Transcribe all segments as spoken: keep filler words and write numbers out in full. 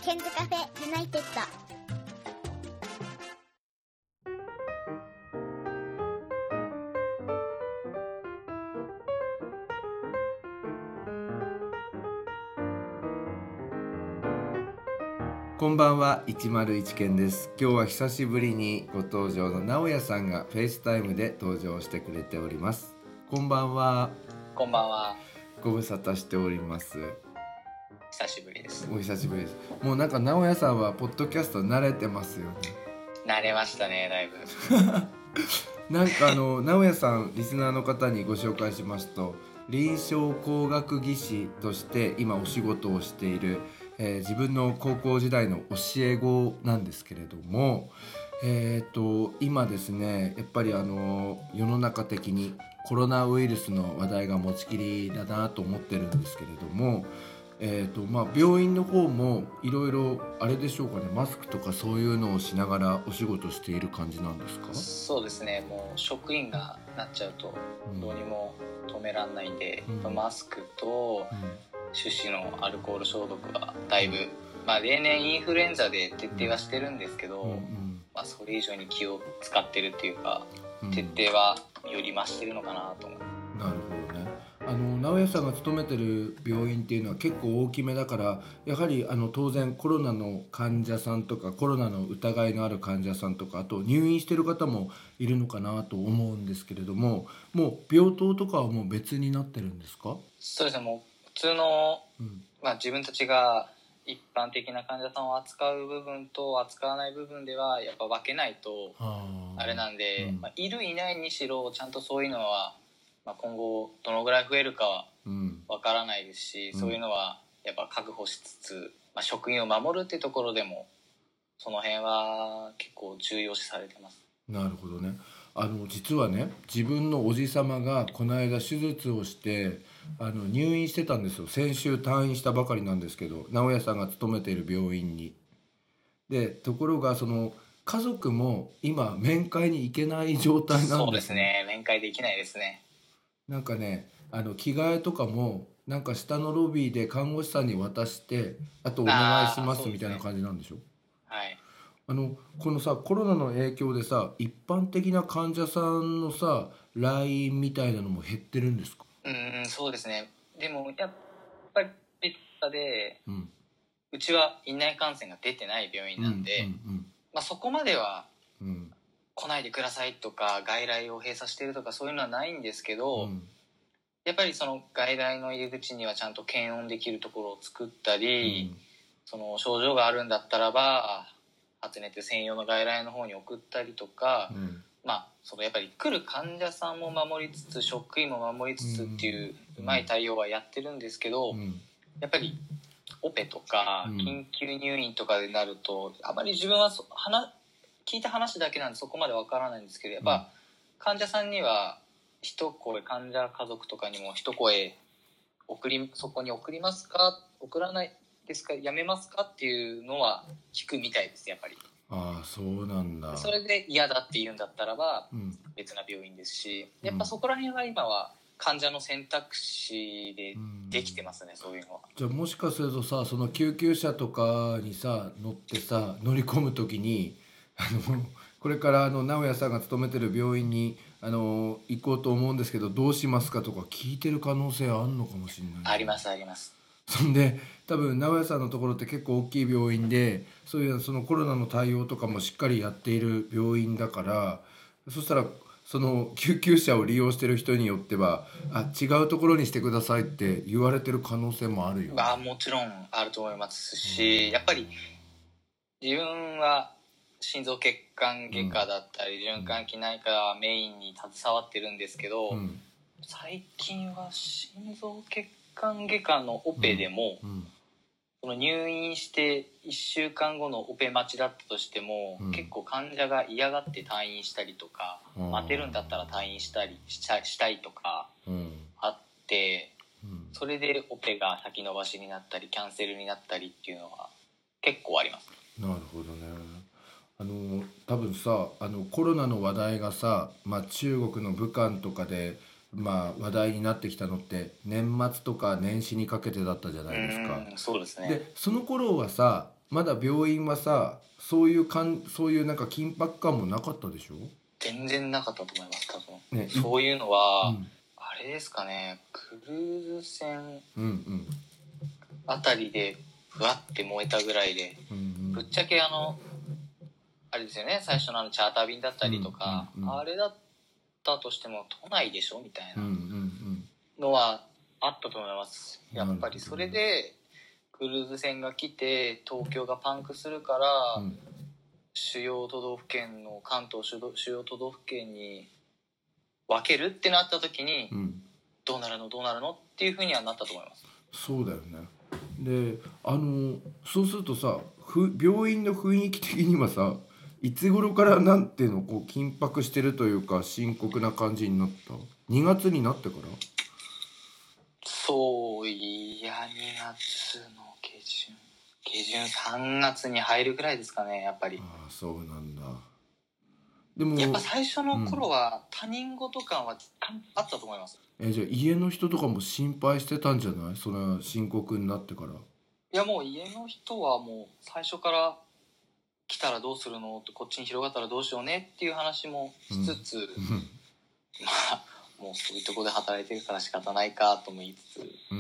ケンズカフェユナイテッド。 こんばんは、いちまるいちけんです。今日は久しぶりにご登場の直哉さんがフェイスタイムで登場してくれております。こんばんは。 こんばんは。 ご無沙汰しております。 久しぶりです。 お久しぶりです。もうなんか直哉さんはポッドキャスト慣れてますよね。 慣れましたね、だいぶ。 なんかあの直哉さん、リスナーの方にご紹介しますと、臨床工学技士として今お仕事をしている、えー、自分の高校時代の教え子なんですけれども、えー、と今ですね、やっぱりあの世の中的にコロナウイルスの話題が持ちきりだなと思ってるんですけれども、えーとまあ、病院の方もいろいろあれでしょうかね、マスクとかそういうのをしながらお仕事している感じなんですか？ そうですね、もう職員がなっちゃうとどうにも止めらんないんで、うん、マスクと手指のアルコール消毒はだいぶ、まあ、例年インフルエンザで徹底はしてるんですけど、うんうんまあ、それ以上に気を使ってるっていうか、うん、徹底はより増してるのかなと思う。 なるほどね。あの直哉さんが勤めてる病院っていうのは結構大きめだから、やはりあの当然コロナの患者さんとかコロナの疑いのある患者さんとか、あと入院してる方もいるのかなと思うんですけれども、もう病棟とかはもう別になってるんですか？ そうですね、もう普通の、うんまあ、自分たちが一般的な患者さんを扱う部分と扱わない部分ではやっぱ分けないとあれなんで、うんまあ、いるいないにしろちゃんとそういうのはまあ、今後どのぐらい増えるかはわからないですし、うん、そういうのはやっぱ確保しつつ、まあ、職員を守るっていうところでもその辺は結構重要視されてます。 なるほどね。あの実はね、自分のおじさまがこの間手術をしてあの入院してたんですよ。先週退院したばかりなんですけど、直哉さんが勤めている病院に。でところがその家族も今面会に行けない状態なんですね。 そうですね、面会できないですね。 なんかね、あの着替えとかもなんか下のロビーで看護師さんに渡して、あとお願いしますみたいな感じなんでしょ？ はい。 あのこのさコロナの影響でさ、一般的な患者さんのさ来院みたいなのも減ってるんですか？ うんそうですね。でもやっぱりで、うん、うちは院内感染が出てない病院なんで、うんうんうんまあ、そこまでは、うん来ないでくださいとか外来を閉鎖してるとかそういうのはないんですけど、うん、やっぱりその外来の入り口にはちゃんと検温できるところを作ったり、うん、その症状があるんだったらば発熱専用の外来の方に送ったりとか、うん、まあそのやっぱり来る患者さんも守りつつ職員も守りつつっていううまい対応はやってるんですけど、うん、やっぱりオペとか緊急入院とかでなるとあまり自分はそ話聞いた話だけなんでそこまでわからないんですけど、やっぱ患者さんには一声、患者家族とかにも一声送りそこに送りますか送らないですかやめますかっていうのは聞くみたいです。やっぱりああそうなんだ。 それで嫌だって言うんだったらば別な病院ですし、うん、やっぱそこら辺は今は患者の選択肢でできてますね、うん、そういうのは。 じゃあもしかするとさ、その救急車とかにさ乗ってさ乗り込むときにあのこれからあの直哉さんが勤めてる病院にあの行こうと思うんですけどどうしますかとか聞いてる可能性あるのかもしれない。 ありますあります。 そんで多分直哉さんのところって結構大きい病院で、そういうそのコロナの対応とかもしっかりやっている病院だから、そしたらその救急車を利用してる人によってはあ違うところにしてくださいって言われてる可能性もあるよ、ね。 まあもちろんあると思いますし、やっぱり自分は心臓血管外科だったり、うん、循環器内科メインに携わってるんですけど、うん、最近は心臓血管外科のオペでも、うんうん、その入院していっしゅうかんごのオペ待ちだったとしても、うん、結構患者が嫌がって退院したりとか、待てるんだったら退院したりしたしたいとかあって、それでオペが先延ばしになったりキャンセルになったりっていうのは結構あります。 なるほどね。あの多分さあのコロナの話題がさ、まあ、中国の武漢とかで、まあ、話題になってきたのって年末とか年始にかけてだったじゃないですか。 うんそうですね。 でその頃はさまだ病院はさそういうかんそういうなんか緊迫感もなかったでしょ。 全然なかったと思います多分、 ね、 そういうのは、 うん、 あれですかね、クルーズ船うんうんあたりでふわって燃えたぐらいで、 うんうん、 ぶっちゃけあのあれですよね、最初のあのチャーター便だったりとか、 うんうんうん、 あれだったとしても都内でしょみたいなうんうんうんのはあったと思います。やっぱりそれでクルーズ船が来て東京がパンクするから、うん、主要都道府県の関東主要都道府県に分けるってなった時に、うん、どうなるのどうなるのっていう風にはなったと思います。 そうだよね。であのそうするとさふ病院の雰囲気的にはさいつ頃からなんていうのこう緊迫してるというか深刻な感じになった？にがつになってから？ そういやにがつの下旬下旬さんがつに入るぐらいですかね、やっぱり。 ああそうなんだ。でもやっぱ最初の頃は他人事感はあったと思います。 うん、えじゃあ家の人とかも心配してたんじゃない？それは深刻になってから。 いやもう家の人はもう最初から来たらどうするのってこっちに広がったらどうしようねっていう話もしつつ、うん、まあもうそういうとこで働いてるから仕方ないかとも言いつつ、うん、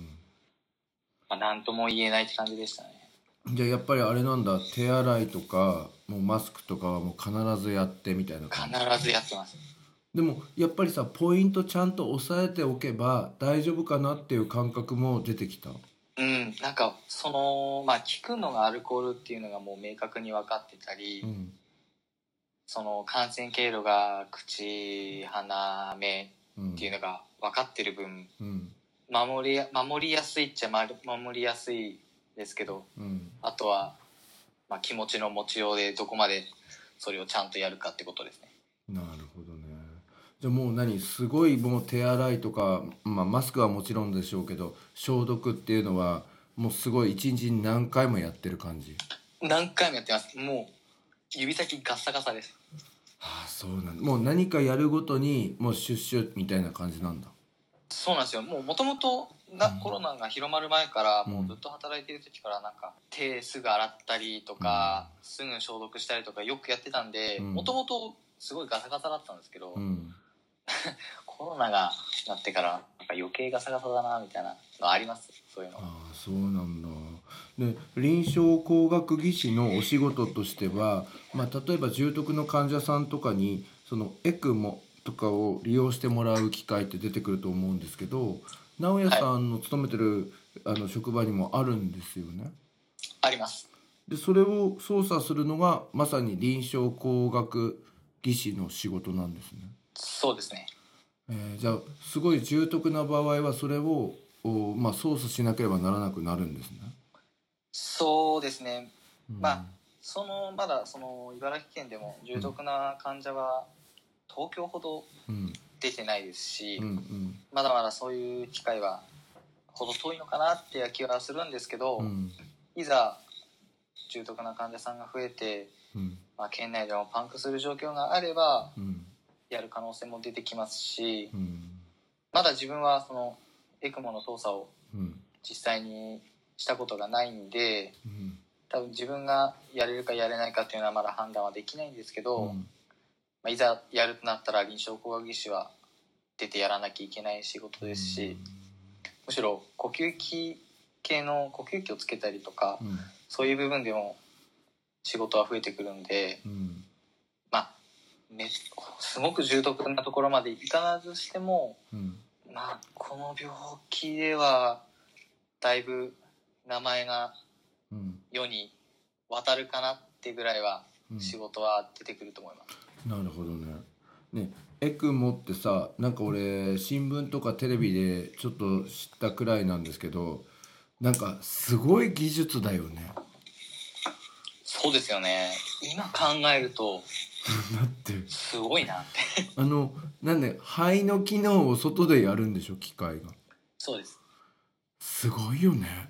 まあ何とも言えないって感じでしたね。 じゃあやっぱりあれなんだ、手洗いとかもうマスクとかはもう必ずやってみたいな感じ？ 必ずやってます。 でもやっぱりさポイントちゃんと押さえておけば大丈夫かなっていう感覚も出てきた？ うん、なんかそのまあ効くのがアルコールっていうのがもう明確に分かってたり、うん、その感染経路が口鼻目っていうのが分かってる分、うん、守り守りやすいっちゃ守りやすいですけど、うん、あとは、まあ、気持ちの持ちようでどこまでそれをちゃんとやるかってことですね。 なるほどね。じゃあもう何すごいもう手洗いとか、まあ、マスクはもちろんでしょうけど消毒っていうのはもうすごい一日に何回もやってる感じ？ 何回もやってます。もう指先ガッサガサです。 はあ、そうなんだ。もう何かやるごとにもうシュッシュみたいな感じなんだ。 そうなんですよ。もう元々コロナが広まる前から、うん、もうずっと働いてる時からなんか手すぐ洗ったりとか、うん、すぐ消毒したりとかよくやってたんで、もともとすごいガサガサだったんですけど、うん、コロナがなってからなんか余計ガサガサだなみたいなのあります。そういうの。 ああそうなんだ。で臨床工学技士のお仕事としては、まあ、例えば重篤の患者さんとかにそのエクモとかを利用してもらう機会って出てくると思うんですけど、直哉さんの勤めてる、はい、あの職場にもあるんですよね？ あります。 でそれを操作するのがまさに臨床工学技士の仕事なんですね。 そうですね。 えー、じゃあすごい重篤な場合はそれを、まあ、操作しなければならなくなるんですね。 そうですね、うん、まあそのまだその茨城県でも重篤な患者は東京ほど出てないですし、うんうんうん、まだまだそういう機会はほど遠いのかなっていう気はするんですけど、うん、いざ重篤な患者さんが増えて、うんまあ、県内でもパンクする状況があれば、うん、やる可能性も出てきますし、うん、まだ自分はそのエクモの操作を実際にしたことがないんで、うん、多分自分がやれるかやれないかっていうのはまだ判断はできないんですけど、うんまあ、いざやるとなったら臨床工学技士は出てやらなきゃいけない仕事ですし、うん、むしろ呼吸器系の呼吸器をつけたりとか、うん、そういう部分でも仕事は増えてくるんで、うん、まあめすごく重篤なところまでいかなずしても、うん、まあこの病気ではだいぶ名前が世に渡るかなってぐらいは仕事は出てくると思います。 うん、なるほどね。ね、エクモってさ、なんか俺新聞とかテレビでちょっと知ったくらいなんですけど、なんかすごい技術だよね。 そうですよね。今考えるとだってすごいなってあのなんで肺の機能を外でやるんでしょ、機械が。 そうです。 すごいよね。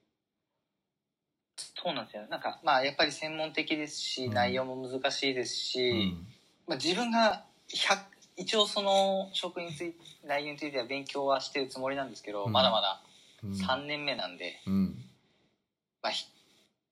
そうなんですよ。なんかまあやっぱり専門的ですし、うん、内容も難しいですし、うんまあ、自分がひゃく一応その職について内容については勉強はしてるつもりなんですけど、うん、まだまださんねんめなんで、うんまあ、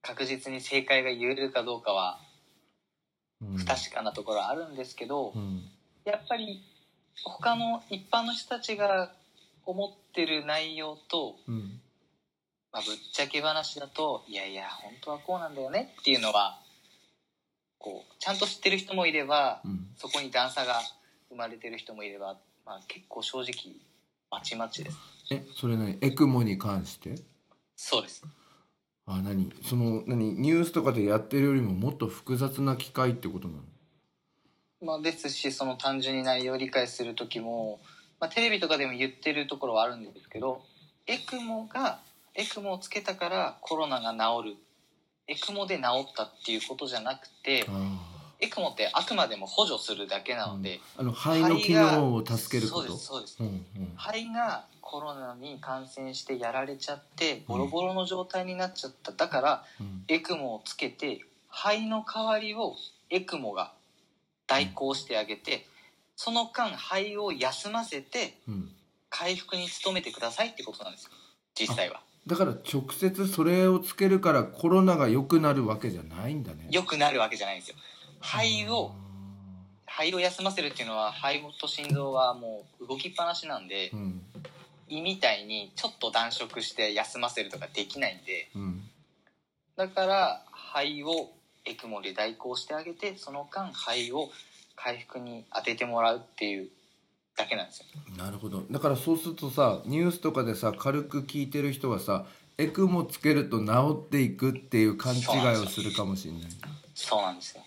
確実に正解が言えるかどうかはうん不確かなところはあるんですけど、 うんやっぱり他の一般の人たちが思ってる内容と、 うんまあ、ぶっちゃけ話だといやいや本当はこうなんだよねっていうのはこうちゃんと知ってる人もいれば、 うんそこに段差が生まれてる人もいれば、まあ、結構正直まちまちです。 えそれ何エクモに関して？ そうです。 あ何その何ニュースとかでやってるよりももっと複雑な機械ってことなの？ まあ、ですしその単純に内容を理解する時も、まあ、テレビとかでも言ってるところはあるんですけど、エクモがエクモをつけたからコロナが治る、エクモで治ったっていうことじゃなくて、 あエクモってあくまでも補助するだけなので、 あの肺の機能を助けること。 そうですそうです、 うんうん、 肺がコロナに感染してやられちゃってボロボロの状態になっちゃった、だから、 うん、 エクモをつけて肺の代わりをエクモが代行してあげて、その間肺を休ませて回復に努めてくださいってことなんですよ、実際は。 だから直接それをつけるからコロナが良くなるわけじゃないんだね。 良くなるわけじゃないんですよ。肺を肺を休ませるっていうのは、肺と心臓はもう動きっぱなしなんで、うん、胃みたいにちょっと断食して休ませるとかできないんで、うん、だから肺をエクモで代行してあげて、その間肺を回復に当ててもらうっていうだけなんですよ。 なるほど。だからそうするとさ、ニュースとかでさ軽く聞いてる人はさ、エクモつけると治っていくっていう勘違いをするかもしれない。 そうなんですよ。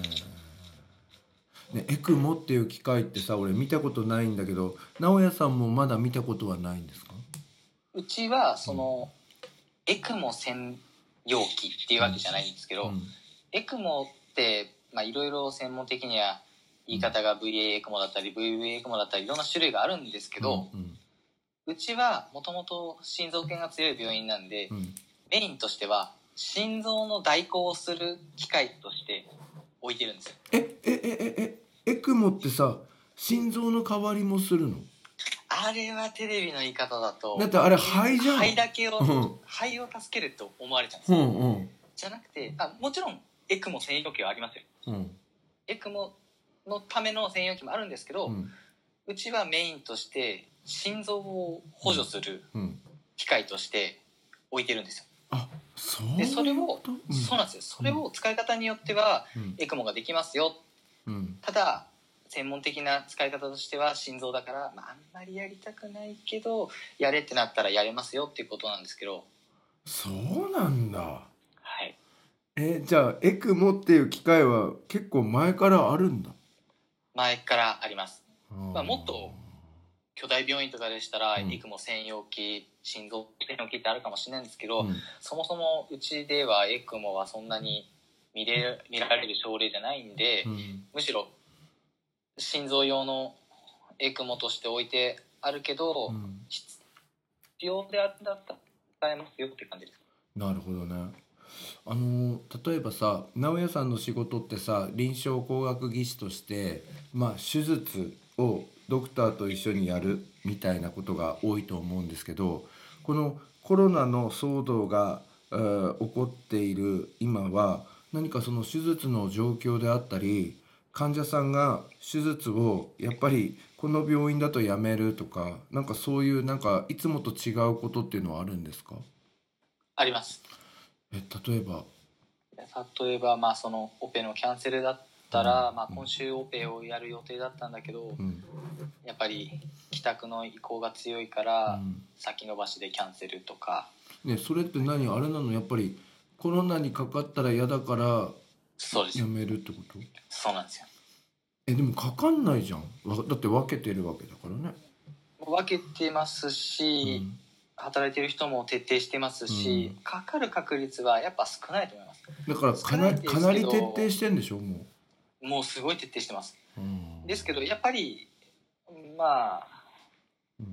ね、エクモっていう機械ってさ、俺見たことないんだけど、直哉さんもまだ見たことはないんですか？ うちはその、うん、エクモ専用機っていうわけじゃないんですけど、うん、エクモっていろいろ専門的には言い方が ブイエー エクモだったり ブイブイ エクモだったりいろんな種類があるんですけど、うんうん、うちはもともと心臓系が強い病院なんで、うん、メインとしては心臓の代行をする機械として置いてるんですよ。 えええええエクモってさ、心臓の代わりもするの？ あれはテレビの言い方だと、 だってあれ肺じゃん。 肺だけを、うん、肺を助けると思われちゃうんですよ、うんうん、じゃなくて、あ、もちろんエクモ専用機はありますよ、うん、エクモのための専用機もあるんですけど、うん、うちはメインとして心臓を補助する機械として置いてるんですよ。 あ、そういうこと？ でそれを、うん、そうなんですよ。それを使い方によっては、うん、エクモができますよ、うん、ただ専門的な使い方としては心臓だから、まあ、あんまりやりたくないけどやれってなったらやれますよっていうことなんですけど。 そうなんだ。 はい。 えじゃあエクモっていう機械は結構前からあるんだ？ 前からあります。まあ、もっと巨大病院とかでしたら、うん、エクモ専用機、心臓専用機ってあるかもしれないんですけど、うん、そもそもうちではエクモはそんなに見れ、見られる症例じゃないんで、うん、むしろ心臓用のエクモとして置いてあるけど、うん、必要であるんだったら使えますよって感じです。 なるほどね。あの例えばさ、直哉さんの仕事ってさ、臨床工学技師として、まあ、手術をドクターと一緒にやるみたいなことが多いと思うんですけど、このコロナの騒動が、えー、起こっている今は、何かその手術の状況であったり、患者さんが手術をやっぱりこの病院だとやめるとか、なんかそういうなんかいつもと違うことっていうのはあるんですか？ あります。 え例えば例えば、まあ、そのオペのキャンセルだったら、うんまあ、今週オペをやる予定だったんだけど、うん、やっぱり帰宅の意向が強いから、うん、先延ばしでキャンセルとか、 ね、それって何あれなの？やっぱりコロナにかかったら嫌だからやめるってこと？ そうなんですよ。 えでもかかんないじゃん。だって分けてるわけだからね。 分けてますし、うん働いてる人も徹底してますし、うん、かかる確率はやっぱ少ないと思います。 だからかな、かなり徹底してんでしょ？もうもうすごい徹底してます、うん、ですけどやっぱりまあ、うん、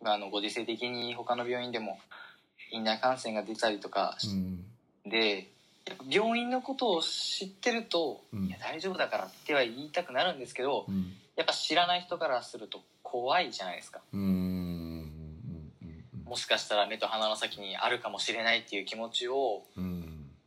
あのご時世的に他の病院でも院内感染が出たりとか、うん、で病院のことを知ってると、うん、いや大丈夫だからっては言いたくなるんですけど、うん、やっぱ知らない人からすると怖いじゃないですか。うんもしかしたら目と鼻の先にあるかもしれないっていう気持ちを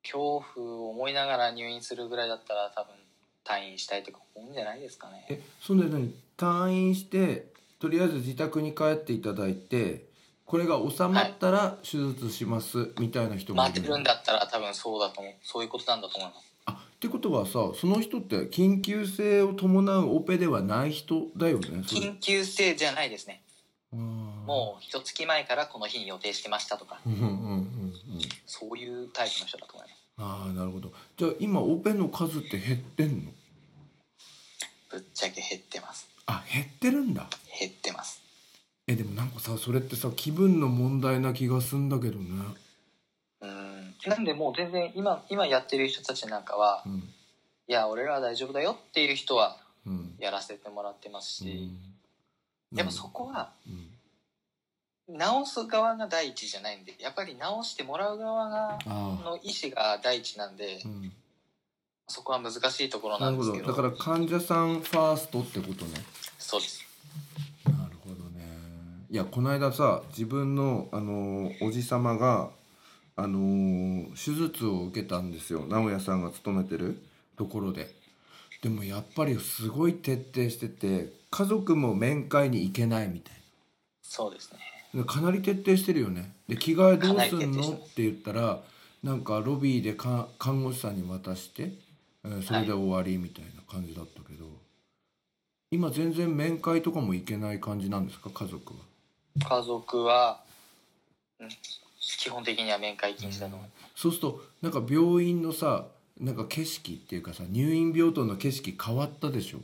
恐怖を思いながら入院するぐらいだったら多分退院したいとか思うんじゃないですかね。 え、そんで何退院してとりあえず自宅に帰っていただいて、これが収まったら手術しますみたいな人もいるの？ 待ってるんだったら多分そうだと思う。そういうことなんだと思います。 あ、ってことはさ、その人って緊急性を伴うオペではない人だよね。 緊急性じゃないですね。 あ、 もう一月前からこの日に予定してましたとか、 うんうんうんうん、 そういうタイプの人だと思います。 ああ、なるほど。じゃあ今オペの数って減ってんの？ ぶっちゃけ減ってます。 あ、減ってるんだ。 減ってます。 え、でもなんかさ、それってさ、気分の問題な気がすんだけどね。 うん、なんでもう全然今今やってる人たちなんかは、うん、いや俺らは大丈夫だよっていう人はやらせてもらってますし、うん、やっぱそこは、うん、治す側が第一じゃないんで、やっぱり治してもらう側がの意思が第一なんで、うん、そこは難しいところなんですけど。 なるほど。だから患者さんファーストってことね。 そうです。 なるほどね。いや、この間さ、自分のあのおじさまがあのー、手術を受けたんですよ。直哉さんが勤めてるところで。でもやっぱりすごい徹底してて、家族も面会に行けないみたいな。 そうですね。 かなり徹底してるよね。で、着替えどうすんのって言ったら、なんかロビーでか看護師さんに渡して、えー、それで終わりみたいな感じだったけど、はい、今全然面会とかも行けない感じなんですか、家族は？ 家族は、うん、基本的には面会禁止だと思います。 そうするとなんか病院のさ、なんか景色っていうかさ、入院病棟の景色変わったでしょ？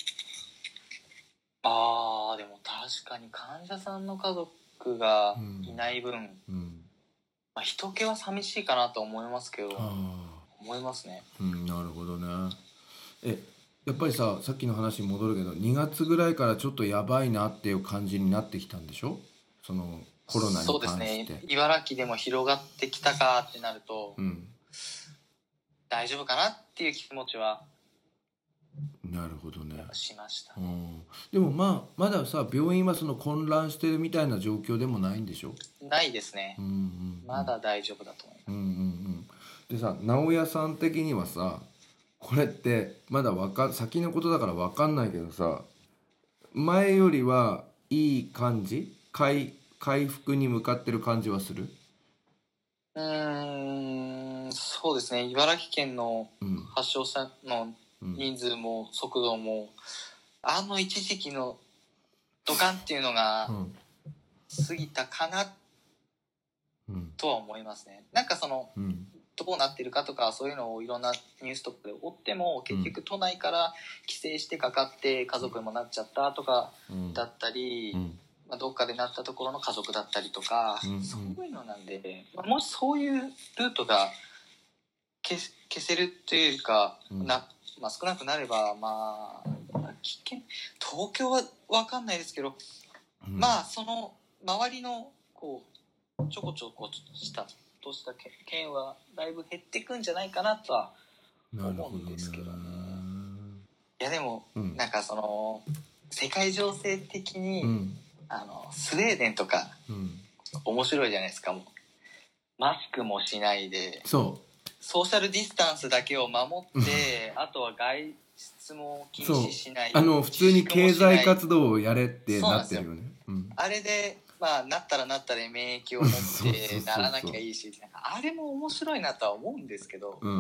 あー、でも確かに患者さんの家族がいない分、うんうん、まあ、人気は寂しいかなと思いますけど、思いますね。 うん、なるほどね。え、やっぱりさ、さっきの話に戻るけど、にがつぐらいからちょっとやばいなっていう感じになってきたんでしょ？そのコロナに関して。 そうですね。茨城でも広がってきたかってなると、うん、大丈夫かなっていう気持ちはなるほどねしました、 うん、でもまあまださ、病院はその混乱してるみたいな状況でもないんでしょ？ ないですね、うんうんうん、まだ大丈夫だと思います、うんうんうん、 でさ、直哉さん的にはさ、これってまだわか先のことだから分かんないけどさ、前よりはいい感じ、回回復に向かってる感じはする？ うーん、そうですね。茨城県の発症者の人数も速度も、うん、あの一時期のドカンっていうのが過ぎたかなとは思いますね。なんかその、うん、どうなってるかとかそういうのをいろんなニュースとかで追っても、結局都内から帰省してかかって家族にもなっちゃったとかだったり、うんうん、まあ、どっかでなったところの家族だったりとか、うんうん、そういうのなんで、まあ、もしそういうルートが 消, 消せるというか、うん、なまあ、少なくなれば、まあ、危険東京は分かんないですけど、うん、まあその周りのこうちょこちょこしたとした県はだいぶ減っていくんじゃないかなとは思うんですけどね。いやでも、うん、なんかその世界情勢的に、うん、あのスウェーデンとか、うん、面白いじゃないですか。もうマスクもしないで、 そうソーシャルディスタンスだけを守ってあとは外出も禁止しない、 あの普通に経済活動をやれってなってるよね。 うん、あれでまあなったらなったで免疫を持ってならなきゃいいし、なんかあれも面白いなとは思うんですけど、うん、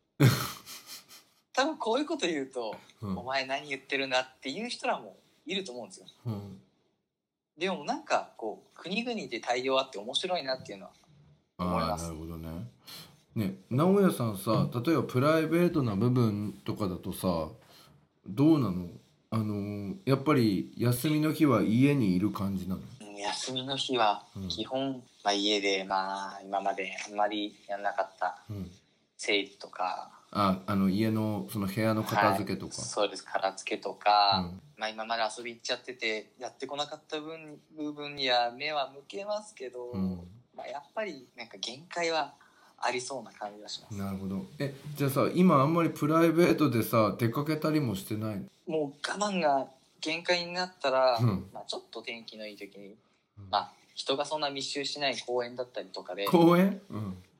多分こういうこと言うと、うん、お前何言ってるんだっていう人らもいると思うんですよ、うん、でもなんかこう国々で対応あって面白いなっていうのは思います。 あ、なるほどね。ね、直哉さんさ、例えばプライベートな部分とかだとさ、どうなの？あのやっぱり休みの日は家にいる感じなの？ 休みの日は基本、うん、まあ、家で、まあ、今まであんまりやんなかった整理とか、 うん、ああの家のその部屋の片付けとか、はい、 そうです、片付けとか、うん、まあ、今まで遊び行っちゃっててやってこなかった分部分には目は向けますけど、うん、まあ、やっぱりなんか限界はありそうな感じがします。 なるほど。え、じゃあさ、今あんまりプライベートでさ出かけたりもしてないの？ もう我慢が限界になったら、うん、まあ、ちょっと天気のいい時に、うん、まあ人がそんな密集しない公園だったりとかで、 公園？うん、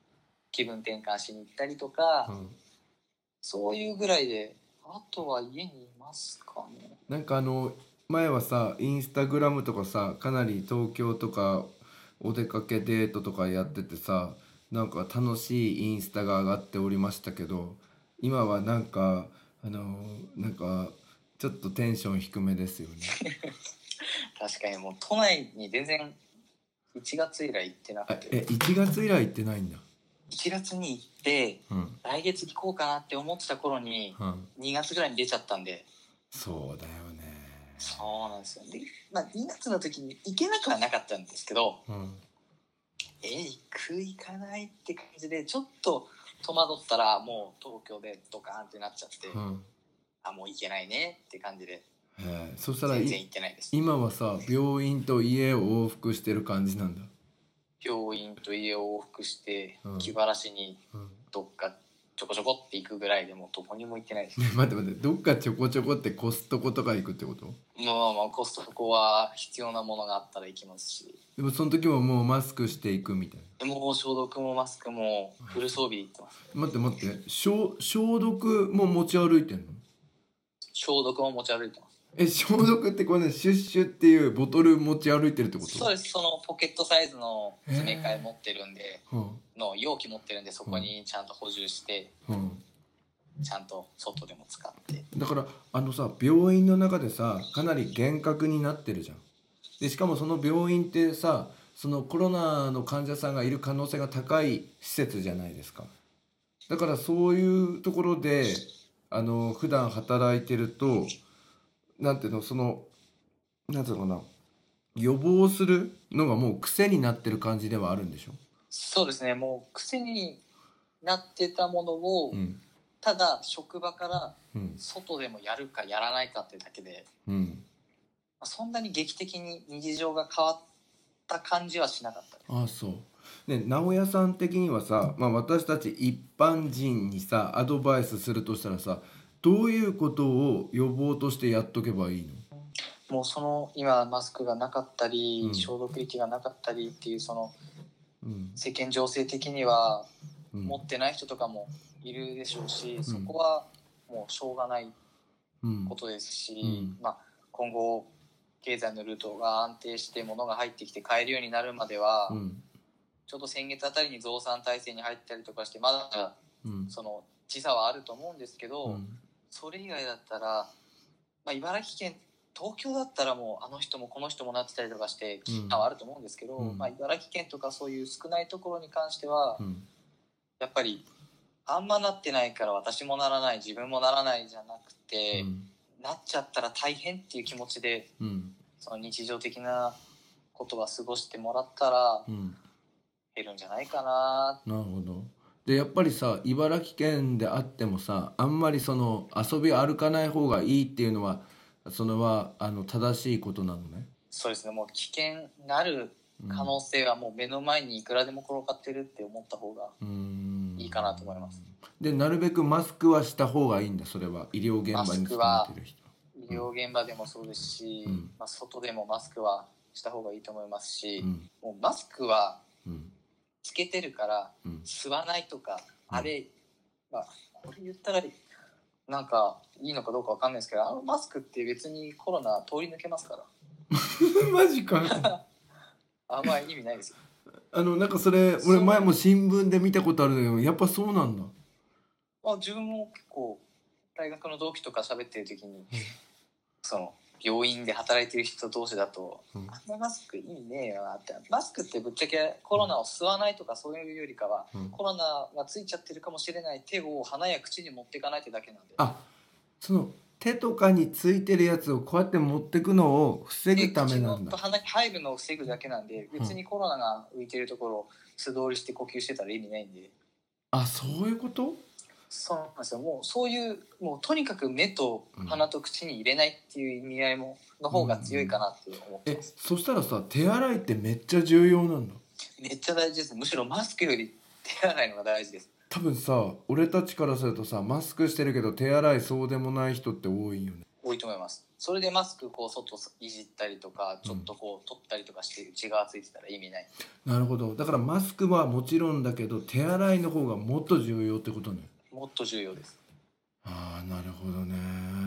気分転換しに行ったりとか、 うん、 そういうぐらいで、あとは家にいますかね。 なんかあの前はさインスタグラムとかさかなり東京とかお出かけデートとかやっててさ、なんか楽しいインスタが上がっておりましたけど、今はなんかあのなんかちょっとテンション低めですよね。 確かにもう都内に全然いちがつ以来行ってなくて。 えいちがつ以来行ってないんだ。 いちがつに行って、うん、来月行こうかなって思ってた頃に、うん、にがつぐらいに出ちゃったんで。 そうだよね。 そうなんですよ。で、まあ、にがつの時に行けなくはなかったんですけど、うん、え行く行かないって感じでちょっと戸惑ったらもう東京でドカーンってなっちゃって、うん、あもう行けないねって感じで。 へそしたら全然行ってないです。 今はさ病院と家を往復してる感じなんだ。 病院と家を往復して、うん、気晴らしにどっかちょこちょこって行くぐらいでもうどこにも行ってないです。 ね、待って待って、どっかちょこちょこってコストコとか行くってこと？ まあまあコストコは必要なものがあったら行きますし。 でもその時ももうマスクしていくみたいな。もう消毒もマスクもフル装備で行ってます。 待って待って、消消毒も持ち歩いてんの？ 消毒も持ち歩いてます。 え、消毒ってこれね、シュッシュっていうボトル持ち歩いてるってこと？ そうです。そのポケットサイズの詰め替え持ってるんで、の容器持ってるんで、そこにちゃんと補充して、うん、ちゃんと外でも使って。 だからあのさ、病院の中でさかなり厳格になってるじゃん。でしかもその病院ってさ、そのコロナの患者さんがいる可能性が高い施設じゃないですか。だからそういうところであの普段働いてるとなんていうの、そのなんていうのかな、予防するのがもう癖になってる感じではあるんでしょ？ そうですね、もう癖になってたものを、うん、ただ職場から外でもやるかやらないかってだけで、うん、そんなに劇的に日常が変わった感じはしなかった。 ああそうね、直哉さん的にはさ、まあ、私たち一般人にさアドバイスするとしたらさ、どういうことを予防としてやっとけばいいの？ もうその今マスクがなかったり、うん、消毒液がなかったりっていうその、うん、世間情勢的には持ってない人とかもいるでしょうし、うん、そこはもうしょうがないことですし、うん、まあ、今後経済のルートが安定して物が入ってきて買えるようになるまでは、うん、ちょうど先月あたりに増産体制に入ったりとかしてまだ、うん、その時差はあると思うんですけど、うん、それ以外だったら、まあ、茨城県東京だったらもうあの人もこの人もなってたりとかして危機感はあると思うんですけど、うん、まあ、茨城県とかそういう少ないところに関しては、うん、やっぱりあんまなってないから私もならない自分もならないじゃなくて、うん、なっちゃったら大変っていう気持ちで、うん、その日常的なことは過ごしてもらったら減るんじゃないかな。 なるほど。でやっぱりさ、茨城県であってもさ、あんまりその遊び歩かない方がいいっていうのはそれはあの正しいことなのね。 そうですね、もう危険なる可能性はもう目の前にいくらでも転がってるって思った方がいいかなと思います。 でなるべくマスクはした方がいいんだ。それは医療現場に勤めてる人、 医療現場でもそうですし、うん、まあ、外でもマスクはした方がいいと思いますし、うん、もうマスクはつけてるから吸わないとか、うん、あれ、まあ、これ言ったらなんかいいのかどうかわかんないですけど、あのマスクって別にコロナ通り抜けますからマジかあんまり意味ないですよ。 あのなんかそれ俺前も新聞で見たことあるんだけど、やっぱそうなんだ。 あ、自分も結構大学の同期とか喋ってる時に、うん、その病院で働いてる人同士だと、うん、あんなマスク意味ねえよなって。マスクってぶっちゃけコロナを吸わないとかそういうよりかは、うん、コロナがついちゃってるかもしれない手を鼻や口に持っていかないってだけなんで。 あ、その手とかについてるやつをこうやって持ってくのを防ぐためなんだ。 口の鼻に入るのを防ぐだけなんで、別にコロナが浮いてるところを素通りして呼吸してたら意味ないんで。 あ、そういうこと？ そうなんですよ。もうそういうもうとにかく目と鼻と口に入れないっていう意味合いもの方が強いかなって思ってます。 え、そしたらさ、手洗いってめっちゃ重要なんだ。 めっちゃ大事です。むしろマスクより手洗いのが大事です。 多分さ、俺たちからするとさ、マスクしてるけど手洗いそうでもない人って多いよね。 多いと思います。 それでマスクこう外いじったりとかちょっとこう取ったりとかして内側ついてたら意味ない。 なるほど。だからマスクはもちろんだけど手洗いの方がもっと重要ってことね。 もっと重要です。 ああ、なるほどね。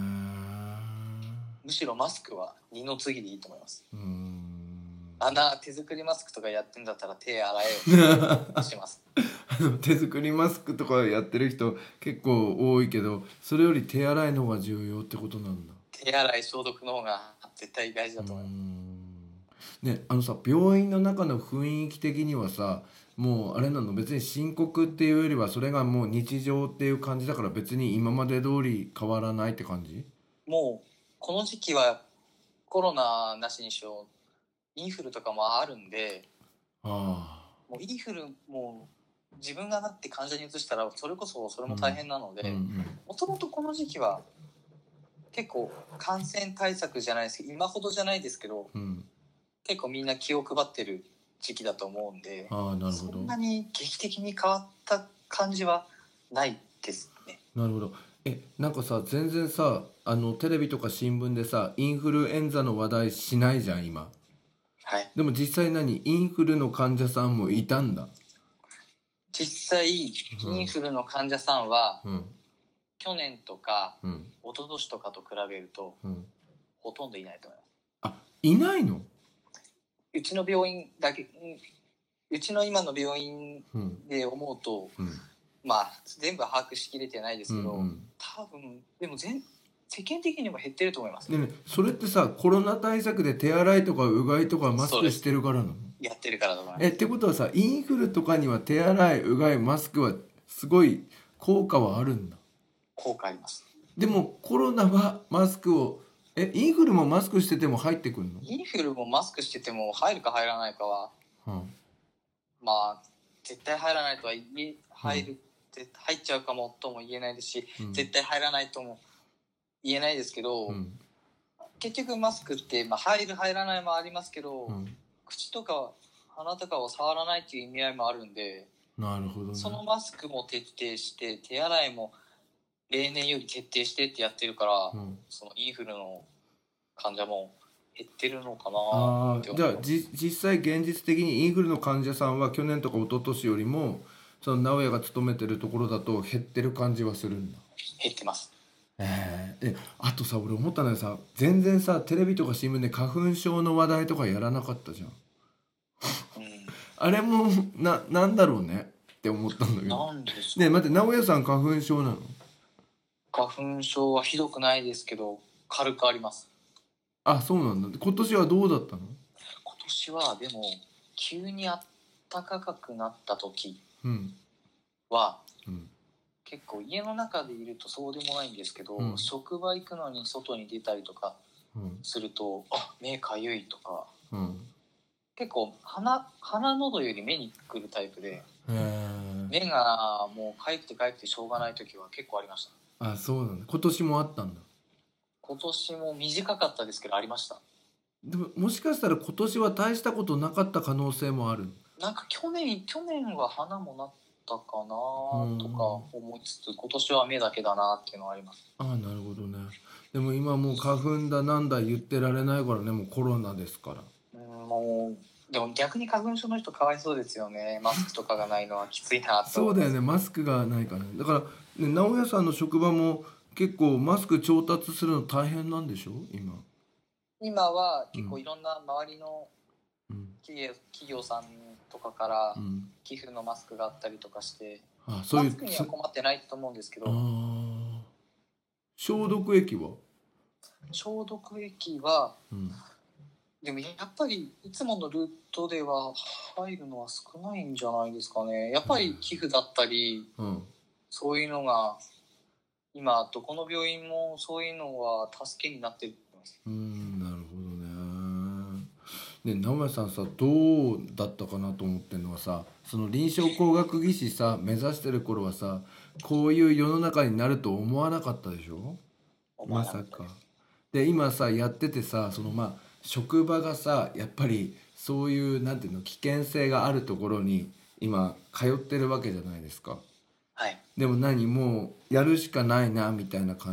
むしろマスクは二の次でいいと思います。 うーん、 穴手作りマスクとかやってんだったら手洗えよします手作りマスクとかやってる人結構多いけど、それより手洗いの方が重要ってことなんだ。 手洗い消毒の方が絶対大事だと思います。 ね、あのさ、病院の中の雰囲気的にはさ、もうあれなの、別に深刻っていうよりはそれがもう日常っていう感じだから、別に今まで通り変わらないって感じ？ もうこの時期はコロナなしにしようインフルとかもあるんで、 ああ、 もうインフルもう自分がなって患者に移したらそれこそそれも大変なので、もともとこの時期は結構感染対策じゃないですけど、今ほどじゃないですけど、うん、結構みんな気を配ってる時期だと思うんで、 ああ、なるほど。 そんなに劇的に変わった感じはないですね。 なるほど。え、なんかさ、全然さ、あのテレビとか新聞でさ、インフルエンザの話題しないじゃん今。 はい。 でも実際何、インフルの患者さんもいたんだ。 実際インフルの患者さんは、うん、去年とか、うん、一昨年とかと比べると、うん、ほとんどいないと思います。 あ、いないの？ うちの病院だけ、うちの今の病院で思うと、うん、まあ全部把握しきれてないですけど、うんうん、多分でも全世間的にも減ってると思います。 ねね、それってさ、コロナ対策で手洗いとかうがいとかマスクしてるからなの？ やってるからだと思います。 え、ってことはさ、インフルとかには手洗いうがいマスクはすごい効果はあるんだ。 効果あります。 でもコロナはマスクを、え、インフルもマスクしてても入ってくるの？ インフルもマスクしてても入るか入らないかは、うん、まあ絶対入らないとは言え入る、うん、入っちゃうかもとも言えないですし、うん、絶対入らないとも言えないですけど、うん、結局マスクって、まあ、入る入らないもありますけど、うん、口とか鼻とかを触らないっていう意味合いもあるんで、 なるほどね、 そのマスクも徹底して手洗いも例年より徹底してってやってるから、うん、そのインフルの患者も減ってるのかなって思う。 あ、じゃあじ実際現実的にインフルの患者さんは去年とか一昨年よりもその直哉が勤めてるところだと減ってる感じはするんだ。 減ってます。 えー、えあとさ、俺思ったのはさ、全然さテレビとか新聞で花粉症の話題とかやらなかったじゃん、うん、あれもな、なんだろうねって思ったんだけど。 なんですかねえ、待って、直哉さん花粉症なの？ 花粉症はひどくないですけど軽くあります。 あ、そうなんだ。今年はどうだったの？ 今年はでも急にあったかくなった時は、うんうん、結構家の中でいるとそうでもないんですけど、うん、職場行くのに外に出たりとかすると、うん、あ、目かゆいとか、うん、結構鼻、鼻喉より目に来るタイプで、目がもうかゆくてかゆくてしょうがない時は結構ありました。 あ、そうなんだ。今年もあったんだ。 今年も短かったですけどありました。 でももしかしたら今年は大したことなかった可能性もある。 なんか去年去年は鼻もなったかなとか思いつつ、今年は目だけだなっていうのはあります。 ああ、なるほどね。でも今もう花粉だなんだ言ってられないからね、もうコロナですから。 うん、もうでも逆に花粉症の人かわいそうですよね。マスクとかがないのはきついなと。 そうだよね、マスクがないからね。だから、ね、直哉さんの職場も結構マスク調達するの大変なんでしょ今？ 今は結構いろんな周りの企業、うん、企業さんとかから寄付のマスクがあったりとかして、うん、あ、そういうマスクには困ってないと思うんですけど。 あ、消毒液は？ 消毒液は、うん、でもやっぱりいつものルートでは入るのは少ないんじゃないですかね。やっぱり寄付だったり、うん、そういうのが今どこの病院もそういうのは助けになってると思います。 うーん、なるほどね。ね、直哉さんさ、どうだったかなと思ってるのはさ、その臨床工学技士さ目指してる頃はさ、こういう世の中になると思わなかったでしょ？まさか。で今さやっててさ、そのまあ職場がさやっぱりそういうなんていうの危険性があるところに今通ってるわけじゃないですか。 はい。 でも何もうやるしかないなみたいな感じなの？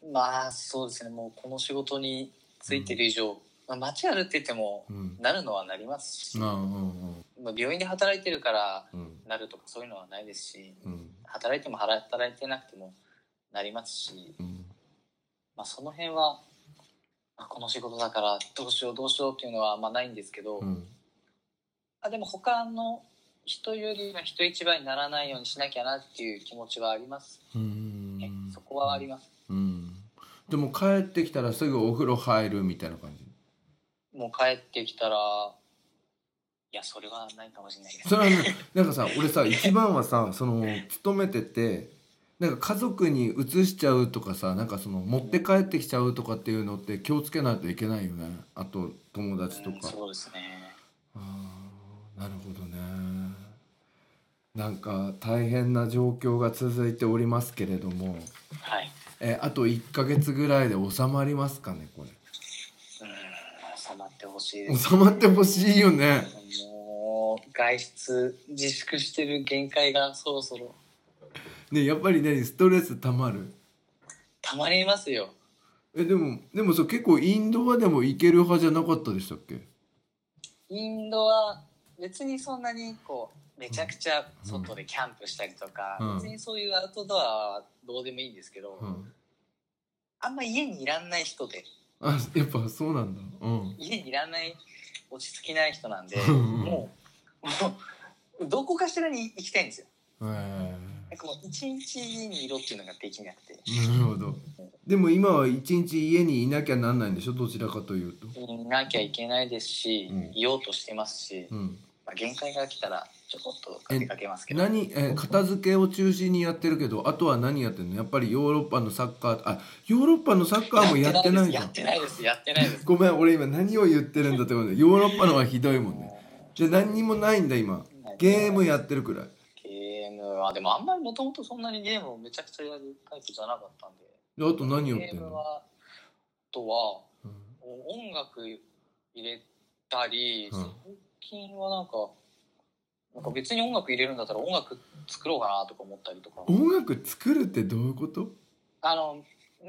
まあそうですね、もうこの仕事についてる以上、うんまあ、街歩って言っても、うん、なるのはなりますし、うんうんうんまあ、病院で働いてるからなるとかそういうのはないですし、うん、働いても働いてなくてもなりますし、うんまあ、その辺は、まあ、この仕事だからどうしようどうしようっていうのはあんまないんですけど、うん、あでも他の人よりは人一倍にならないようにしなきゃなっていう気持ちはあります、ね、そこはあります、 うん、でも帰ってきたらすぐお風呂入るみたいな感じ？ もう帰ってきたらいやそれはないかもしれないです、ね、 それは、ね、なんかさ俺さ一番はさその勤めててなんか家族に移しちゃうとかさなんかその持って帰ってきちゃうとかっていうのって気をつけないといけないよね。あと友達とか、うん、 そうですね。 あなるほどね。なんか大変な状況が続いておりますけれども、 はい、 えあといっかげつぐらいで収まりますかねこれ？うん収まってほしいです、 ね、収まってほしいよね。 もう外出自粛してる限界がそろそろね、やっぱりねストレスたまる？ たまりますよ。 えでもでもそう結構インドアでも行ける派じゃなかったでしたっけ？ インドは別にそんなにこうめちゃくちゃ外でキャンプしたりとか、うん、別にそういうアウトドアはどうでもいいんですけど、うん、あんま家にいらんない人で。 あやっぱそうなんだ、うん、 家にいらない落ち着きない人なんでもうもうどこかしらに行きたいんですよ。へーなんかもう一日家にいろっていうのができなくて。 なるほど。でも今は一日家にいなきゃなんないんでしょ？どちらかというと。 いなきゃいけないですし、うん、いようとしてますし、うんまあ、限界が来たらちょこっと出かけますけど。 え何え片付けを中心にやってるけどあとは何やってるの？やっぱりヨーロッパのサッカーあヨーロッパのサッカーもやってないじゃん。 やってないですやってないですごめん俺今何を言ってるんだってことでヨーロッパのはひどいもんね。じゃあ何にもないんだ今ゲームやってるくらい。 ゲームはでもあんまりもともとそんなにゲームをめちゃくちゃやるタイプじゃなかったんで。 であと何やってんの？ ゲームはあとは、うん、音楽入れたり、うん、最近はなんかなんか別に音楽入れるんだったら音楽作ろうかなとか思ったりとか。 音楽作るってどういうこと？ あの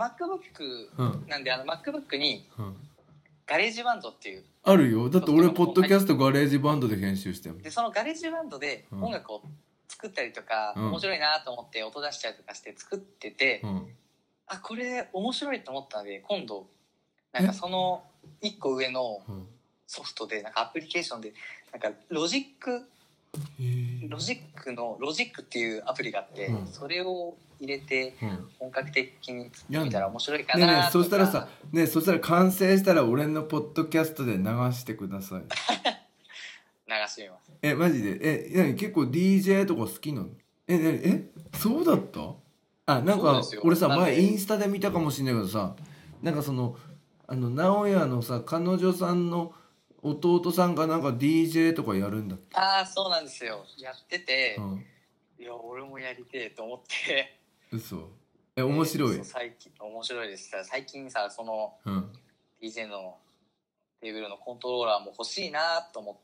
MacBook なんで、うん、あの MacBook にガレージバンドっていうあるよ。だって俺ポッドキャストガレージバンドで編集してる。 でそのガレージバンドで音楽を作ったりとか、うん、面白いなと思って音出したりとかして作ってて、うん、あこれ面白いと思ったので今度なんかそのいっこ上のソフトでなんかアプリケーションでなんかロジックロジックのロジックっていうアプリがあって、うん、それを入れて本格的に作ってみたら面白いかなとか、 ねえねえそしたらさねえそしたら完成したら俺のポッドキャストで流してください。 流してみます。 えマジでえ何結構 ディージェー とか好きなの？え何えそうだった？あなんか俺さ前インスタで見たかもしれないけどさなんかそのあの直哉のさ彼女さんの弟さんがなんか ディージェー とかやるんだっけ？ ああそうなんですよやってて、うん、いや俺もやりてえと思って嘘え面白い、えー、 最近面白いです。最近さその、うん、ディージェー のテーブルのコントローラーも欲しいなと思って、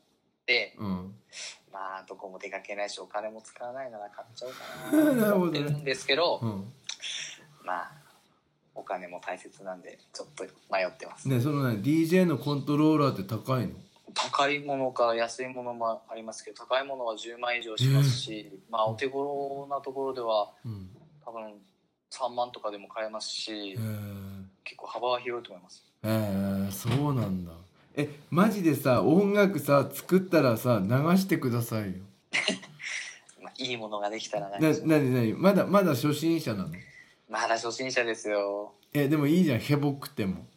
うん、まあどこも出かけないしお金も使わないなら買っちゃおうかなと思ってるんですけど、うん、まあお金も大切なんでちょっと迷ってますね。そのね ディージェー のコントローラーって高いの？ 高いものから安いものもありますけど高いものはじゅうまん以上しますし、えー、まあお手頃なところでは、うん、多分さんまんとかでも買えますし、えー、結構幅は広いと思います。 えー、そうなんだ。えマジでさ音楽さ作ったらさ流してくださいよ。 まあ、いいものができたら流します。ななになにまだまだ初心者なの？ まだ初心者ですよ。 えでもいいじゃんヘボくても。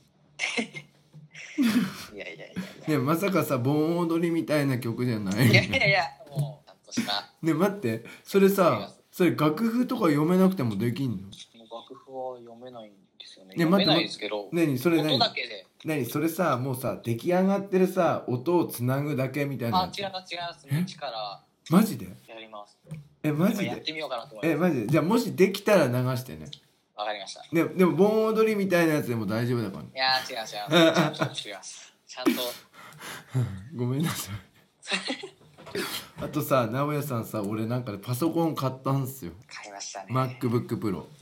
いやいやいやいや。ねまさかさ盆踊りみたいな曲じゃない？ いやいやいやもうちゃんとした。 ね待ってそれさそれ楽譜とか読めなくてもできんの？もう楽譜は読めないんですよね。ね読めないですけど。 ねそれ何？ 音だけで。 何それさもうさ出来上がってるさ音をつなぐだけみたいな。 あ違います違いますね力。 マジで？ やります。 えマジで？ やってみようかなと思います。 えマジで？じゃあもしできたら流してね。 わかりました。 ででも盆踊りみたいなやつでも大丈夫だから、ね。 いや違う違うちゃんと違います。ちゃんとごめんなさい。あとさ直哉さんさ俺なんかでパソコン買ったんすよ。 買いましたね。 MacBook Pro。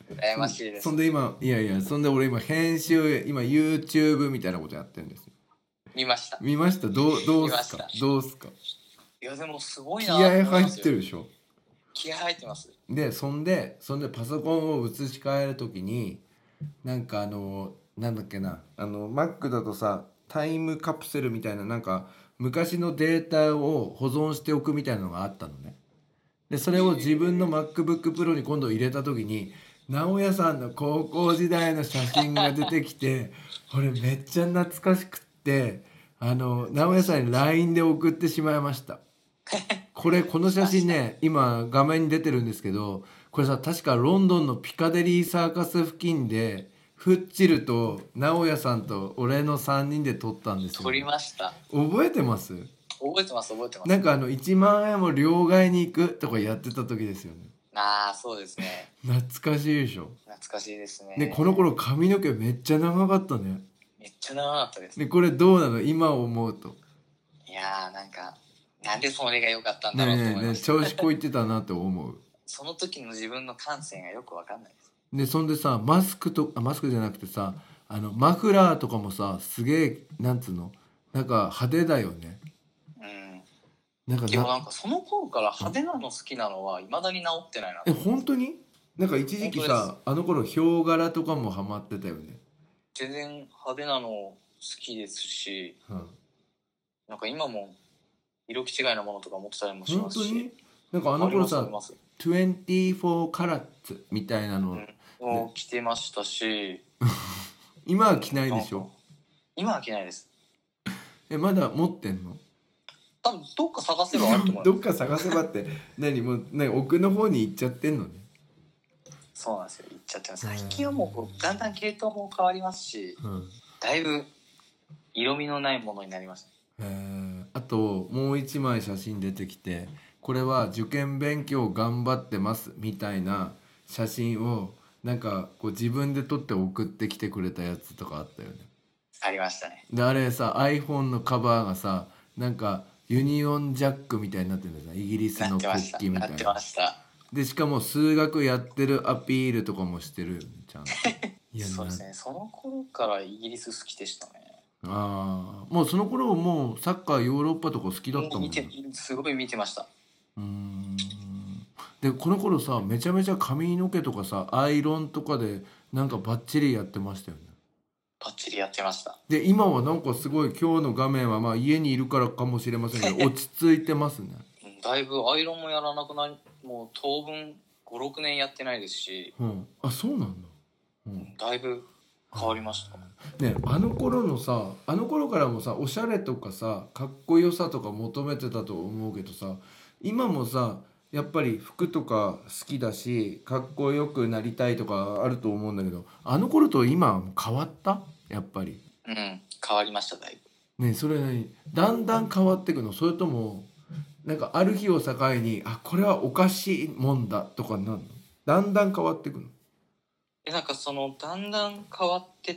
羨ましいです。 そんで今いやいやそんで俺今編集今 YouTube みたいなことやってるんですよ。 見ました見ました。どうどうすかどうすか。 いやでもすごいな。 気合入ってるでしょ。 気合入ってます。 でそんでそんでパソコンを移し替えるときになんかあのなんだっけなあの Mac だとさタイムカプセルみたいななんか昔のデータを保存しておくみたいなのがあったのね。でそれを自分の MacBook Pro に今度入れた時に直哉さんの高校時代の写真が出てきてこれめっちゃ懐かしくってあの直哉さんに ライン で送ってしまいました。これこの写真ね今画面に出てるんですけどこれさ確かロンドンのピカデリーサーカス付近でフッチルと直哉さんと俺のさんにんで撮ったんですよ。 撮りました。 覚えてます？ 覚えてます覚えてます。 なんかあのいちまんえんも両替に行くとかやってた時ですよね。 ああそうですね。 懐かしいでしょ。 懐かしいですね。 でこの頃髪の毛めっちゃ長かったね。 めっちゃ長かったです。 でこれどうなの今思うと。 いやーなんかなんでそれが良かったんだろうと思いました。ねえねえ調子こいてたなって思う。 その時の自分の感性がよくわかんないです。 でそんでさマスクとあマスクじゃなくてさあのマフラーとかもさすげえなんつうのなんか派手だよね。 うんなんかなでもなんかその頃から派手なの好きなのはいまだに治ってないな。 え本当になんか一時期さあの頃ヒョウ柄とかもハマってたよね。 全然派手なの好きですし、うん、なんか今も色気違いなものとか持ってたりもしますし。 本当になんかあの頃さにじゅうよんカラッツみたいなの、 うん、もう着てましたし今は着ないでしょ。 今は着ないです。 えまだ持ってんの？ 多分どっか探せばあると思います。 どっか探せばって何もう何奥の方に行っちゃってんのね。 そうなんですよ行っちゃってます。最近はもうこうだんだん系統も変わりますし、うん、だいぶ色味のないものになりました。 えあともう一枚写真出てきてこれは受験勉強頑張ってますみたいな写真をなんかこう自分で撮って送ってきてくれたやつとかあったよね。 ありましたね。 であれさ iPhone のカバーがさなんかユニオンジャックみたいになってるんだよイギリスの国旗みたいな。 なってました。 でしかも数学やってるアピールとかもしてるよねちゃんと。 いやそうですねその頃からイギリス好きでしたね。 ああもうその頃もうサッカーヨーロッパとか好きだったもんね。 すごい見てました。 うーんでこの頃さめちゃめちゃ髪の毛とかさアイロンとかでなんかバッチリやってましたよね。 バッチリやってました。で今はなんかすごい今日の画面はまあ家にいるからかもしれませんけど落ち着いてますね。 だいぶアイロンもやらなくなりもう当分ごろくねんやってないですし、 うん、あそうなんだ、 うん、だいぶ変わりましたね。あの頃のさあの頃からもさおしゃれとかさかっこよさとか求めてたと思うけどさ今もさやっぱり服とか好きだしかっこよくなりたいとかあると思うんだけどあの頃と今変わったやっぱり。 うん変わりましただいぶ。ねそれ何だんだん変わっていくのそれともなんかある日を境にあこれはおかしいもんだとかなんのだんだん変わっていくの？ えなんかそのだんだん変わってって、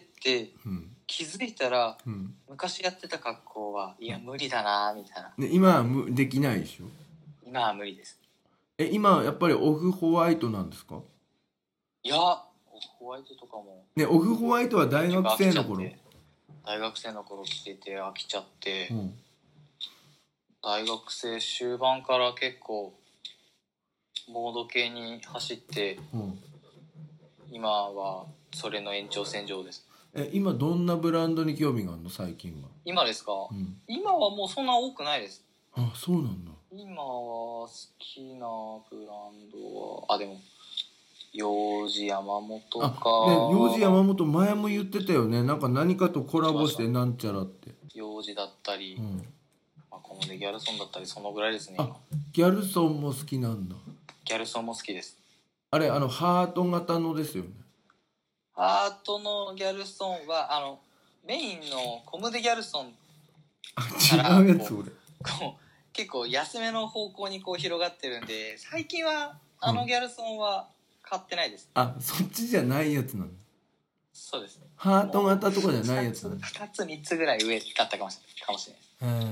うん、気づいたら、うん、昔やってた格好はいや無理だなみたいな、 ね、今はむできないでしょ？ 今は無理です。 え今やっぱりオフホワイトなんですか？ いやオフホワイトとかもねオフホワイトは大学生の頃大学生の頃着てて飽きちゃって、うん、大学生終盤から結構モード系に走って、うん、今はそれの延長線上です。 え今どんなブランドに興味があるの最近は？ 今ですか、うん、今はもうそんな多くないです。 あそうなんだ。 今は好きなブランドはあでもヨウジ山本か。 ねヨウジ山本前も言ってたよね。なんか何かとコラボしてなんちゃらって。 ヨウジだったり、うんまあ、このでギャルソンだったりそのぐらいですね。 あギャルソンも好きなんだ。 ギャルソンも好きです。 あれあのハート型のですよね。 ハートのギャルソンはあのメインのコムデギャルソンから違うやつ俺こう結構安めの方向にこう広がってるんで最近はあのギャルソンは買ってないです、 うん、あそっちじゃないやつなの？ そうです。 ハート型とかじゃないやつなの？ ふたつみっつぐらい上だったかもしれないかもしれないです。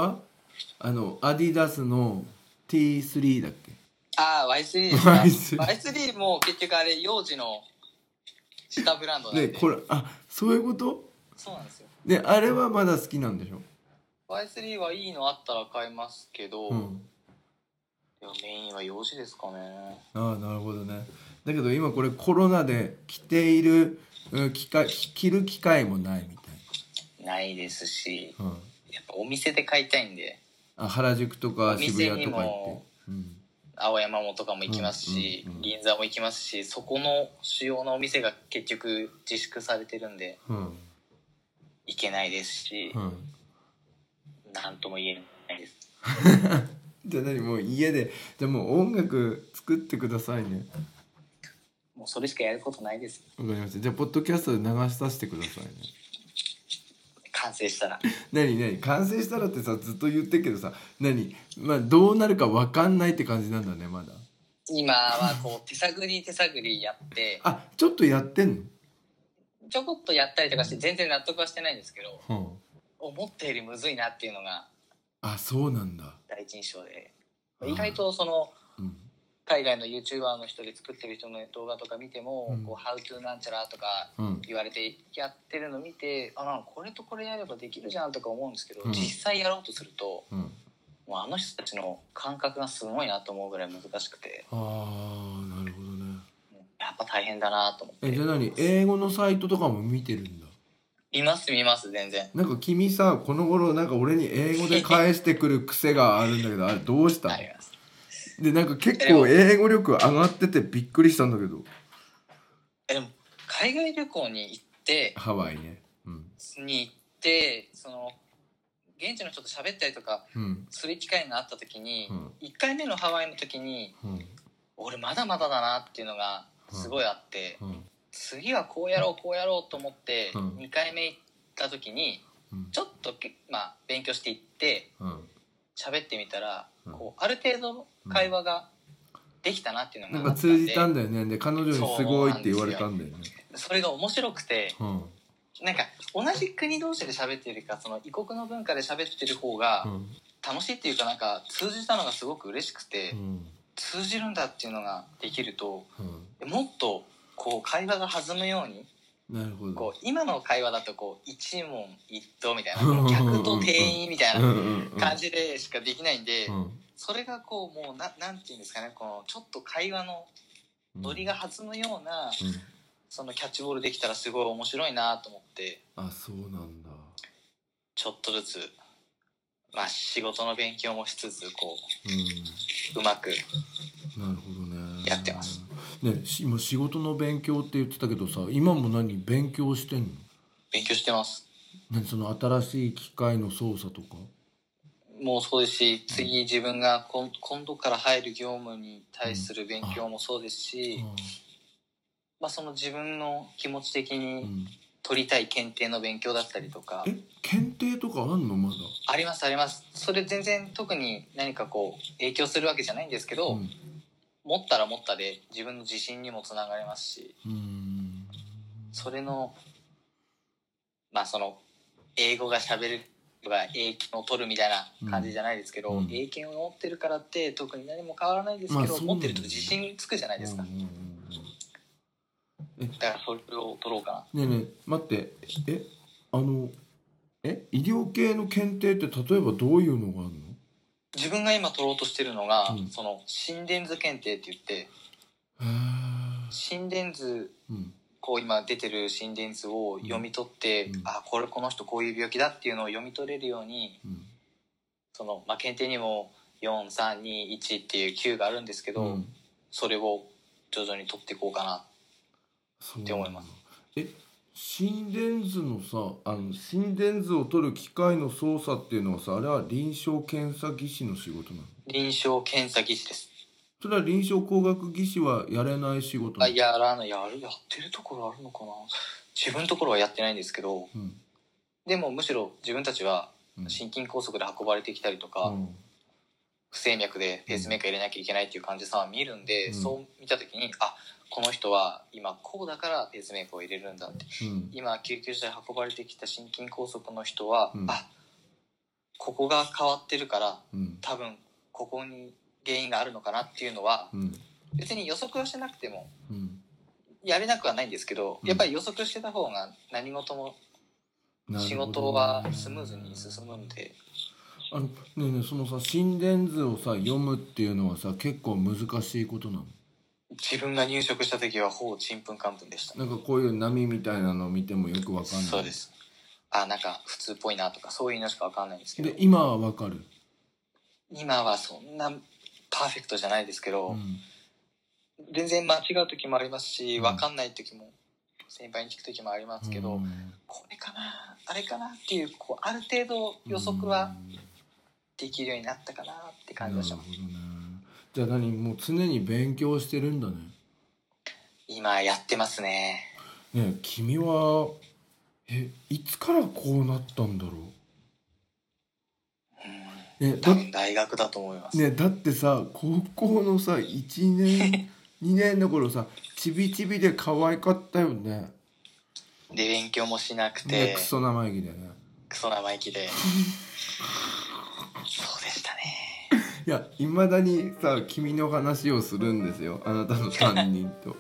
あとあれはあのアディダスの ティースリー だっけ？ ああ ワイスリー ですか。 ワイスリーワイスリー も結局あれ幼児の下ブランドなんで、 ね、これあそういうこと。 そうなんですよ。 であれはまだ好きなんでしょ。 ワイスリー はいいのあったら買いますけど、 うん、 いやメインは幼児ですかね。 ああなるほどね。だけど今これコロナで着ている機会着る機会もないみたいないですし、 な、うん、 やっぱお店で買いたいんで、 あ原宿とか渋谷とか行って、うん、 青山もとかも行きますし、うんうんうん、銀座も行きますし、そこの主要なお店が結局自粛されてるんで、うん、行けないですし、うん、なんとも言えないですじゃあ何もう家でじゃあもう音楽作ってくださいね。 もうそれしかやることないです。 わかりました。じゃあポッドキャストで流しさせてくださいね。 完成したら。 何何完成したらってさずっと言ってるけどさ、何まあどうなるか分かんないって感じなんだねまだ。 今はこう手探り手探りやってあちょっとやってんの。 ちょこっとやったりとかして全然納得はしてないんですけど、うん、思ったよりむずいなっていうのがあそうなんだ第一印象で、意外とその、うん、海外の YouTuber の人で作ってる人の動画とか見ても、うん、こう How to なんちゃらとか言われてやってるの見て、うん、あなんかこれとこれやればできるじゃんとか思うんですけど、うん、実際やろうとすると、うん、もうあの人たちの感覚がすごいなと思うぐらい難しくて、 ああなるほどね。 やっぱ大変だなと思って。 えじゃあ何英語のサイトとかも見てるんだ。 見ます見ます全然。 なんか君さこの頃なんか俺に英語で返してくる癖があるんだけどあれどうしたの？あります。でなんか結構英語力上がっててびっくりしたんだけど。 えでも海外旅行に行ってハワイね、 うん、に行ってその現地の人と喋ったりとかする機会があった時に、うん、いっかいめのハワイの時に、うん、俺まだまだだなっていうのがすごいあって、うんうん、次はこうやろうこうやろうと思って、うん、にかいめ行った時に、うん、ちょっと、まあ、勉強していって喋、うん、ってみたら、うん、こうある程度会話ができたなっていうのがあったんで、 なんか通じたんだよね。で彼女にすごいって言われたんだよね。 それが面白くて、うん、なんか同じ国同士で喋ってるよりかその異国の文化で喋ってる方が楽しいっていうかなんか通じたのがすごく嬉しくて、うん、通じるんだっていうのができると、うん、もっとこう会話が弾むように、 なるほど。 こう今の会話だとこう一問一答みたいな客と店員みたいな感じでしかできないんで、うん、それがこうもう な, なんていうんですかね、このちょっと会話のノリが弾むような、うん、そのキャッチボールできたらすごい面白いなと思って。 あそうなんだ。 ちょっとずつまあ仕事の勉強もしつつこう、うん、うまくなるほどねやってますね。今仕事の勉強って言ってたけどさ今も何勉強してんの？ 勉強してます。 何その新しい機械の操作とかもうそうですし、次自分が今今度から入る業務に対する勉強もそうですし、うん、まあ、その自分の気持ち的に取りたい検定の勉強だったりとか、 うん、え検定とかあんの？まだありますあります。それ全然特に何かこう影響するわけじゃないんですけど、うん、持ったら持ったで自分の自信にもつながりますし、うーんそれのまあその英語が喋るとか英検を取るみたいな感じじゃないですけど、うん、英検を持ってるからって特に何も変わらないですけど、まあ、持ってると自信つくじゃないですか、うんうんうん、だからそれを取ろうかな。 ねえねえ待ってえあのえ医療系の検定って例えばどういうのがあるの？ 自分が今取ろうとしてるのが、うん、その心電図検定って言って心電図、うんこう今出てる心電図を読み取って、うん、あこれこの人こういう病気だっていうのを読み取れるように、うん、その、まあ、検定にもよんさんにいちっていうきゅうがあるんですけど、うん、それを徐々に取っていこうかなって思います。 え心電図のさあの心電図を取る機械の操作っていうのはさあれは臨床検査技師の仕事なの？ 臨床検査技師です。 それは臨床工学技師はやれない仕事なの？ あやらないやるやってるところあるのかな。自分のところはやってないんですけど、うん、でもむしろ自分たちは心筋梗塞で運ばれてきたりとか、うん、不整脈でペースメーカー入れなきゃいけないっていう患者さんは見るんで、うん、そう見た時にあこの人は今こうだからペースメーカーを入れるんだって、うん、今救急車で運ばれてきた心筋梗塞の人は、うん、あここが変わってるから、うん、多分ここに原因があるのかなっていうのは、うん、別に予測をしてなくても、うん、やれなくはないんですけど、うん、やっぱり予測してた方が何事も仕事はスムーズに進むんで。 あのねえねえ、そのさ心電図をさ読むっていうのはさ結構難しいことなの？ 自分が入職した時はほぼちんぷんかんぷんでした。 なんかこういう波みたいなのを見てもよくわかんない。 そうです。あ、なんか普通っぽいなとかそういうのしかわかんないんですけど。 で今はわかる？ 今はそんなパーフェクトじゃないですけど、うん、全然間違う時もありますし、わかんない時も先輩に聞く時もありますけど、うん、これかなあれかなっていう、こうある程度予測はできるようになったかなって感じがします。なるほどね。 じゃあ何、もう常に勉強してるんだね。 今やってますね。 ねえ、君はえいつからこうなったんだろう。うん、ね、多分大学だと思います。 ね、だってさ高校のさいちねんにねんの頃さちびちびで可愛かったよね。 で勉強もしなくて、 ね、クソ生意気でね。 クソ生意気でそうでしたね。 いや、いまだにさ君の話をするんですよ、あなたの担任と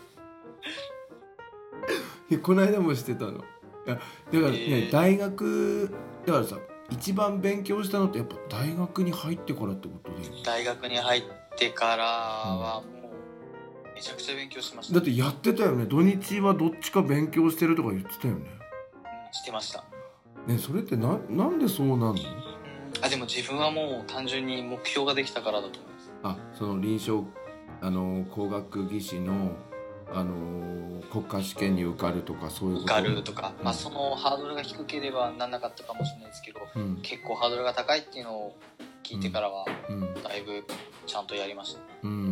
いやこの間もしてたの。いやだからね、えー、大学だからさ一番勉強したのってやっぱ大学に入ってからってことで。 大学に入ってからはもうめちゃくちゃ勉強しました。 だってやってたよね、土日はどっちか勉強してるとか言ってたよね。 うん、してましたね。それってななんでそうなんの？ あ、でも自分はもう単純に目標ができたからだと思います。 あ、その臨床あの工学技師のあの国家試験に受かるとかそういうこと？ 受かるとか、うん、まあそのハードルが低ければなんなかったかもしれないですけど、うん、結構ハードルが高いっていうのを聞いてからは、うん、だいぶちゃんとやりました。 うん、うん、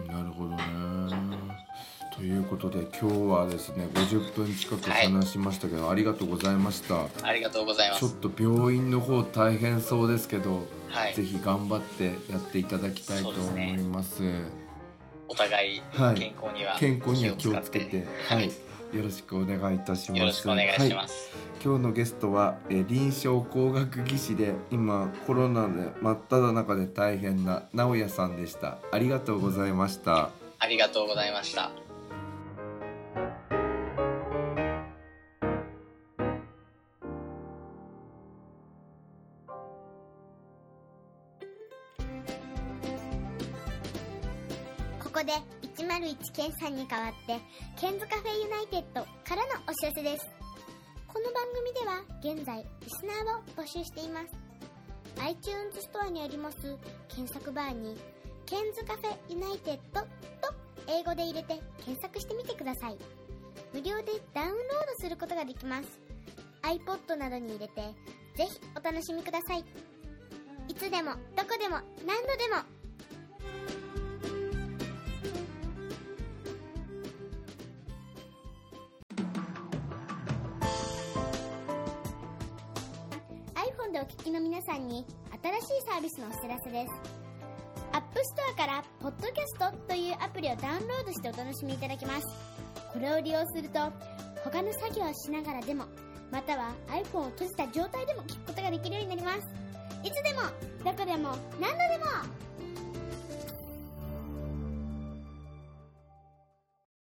なるほどね。ということで今日はですねごじゅっぷん近く話しましたけど、はい、ありがとうございました。 ありがとうございます。 ちょっと病院の方大変そうですけど、 はい、 ぜひ頑張ってやっていただきたいと思います。 お互い健康には気をつけて、はい、健康には気をつけて、はい、よろしくお願いいたします。 よろしくお願いします。 はい、今日のゲストはえ臨床工学技師で今コロナで真っ只中で大変な直哉さんでした。ありがとうございました。 ありがとうございました。 ここでいちまるいちケンさんに代わってケンズカフェユナイテッドからのお知らせです。この番組では現在リスナーを募集しています。 iTunes ストアにあります検索バーにケンズカフェユナイテッドと英語で入れて検索してみてください。無料でダウンロードすることができます。 iPod などに入れてぜひお楽しみください。いつでもどこでも何度でもでお聞きの皆さんに新しいサービスのお知らせです。アップストアからポッドキャストというアプリをダウンロードしてお楽しみいただけます。これを利用すると他の作業をしながらでも、または iPhone を閉じた状態でも聞くことができるようになります。いつでもどこでも何度でも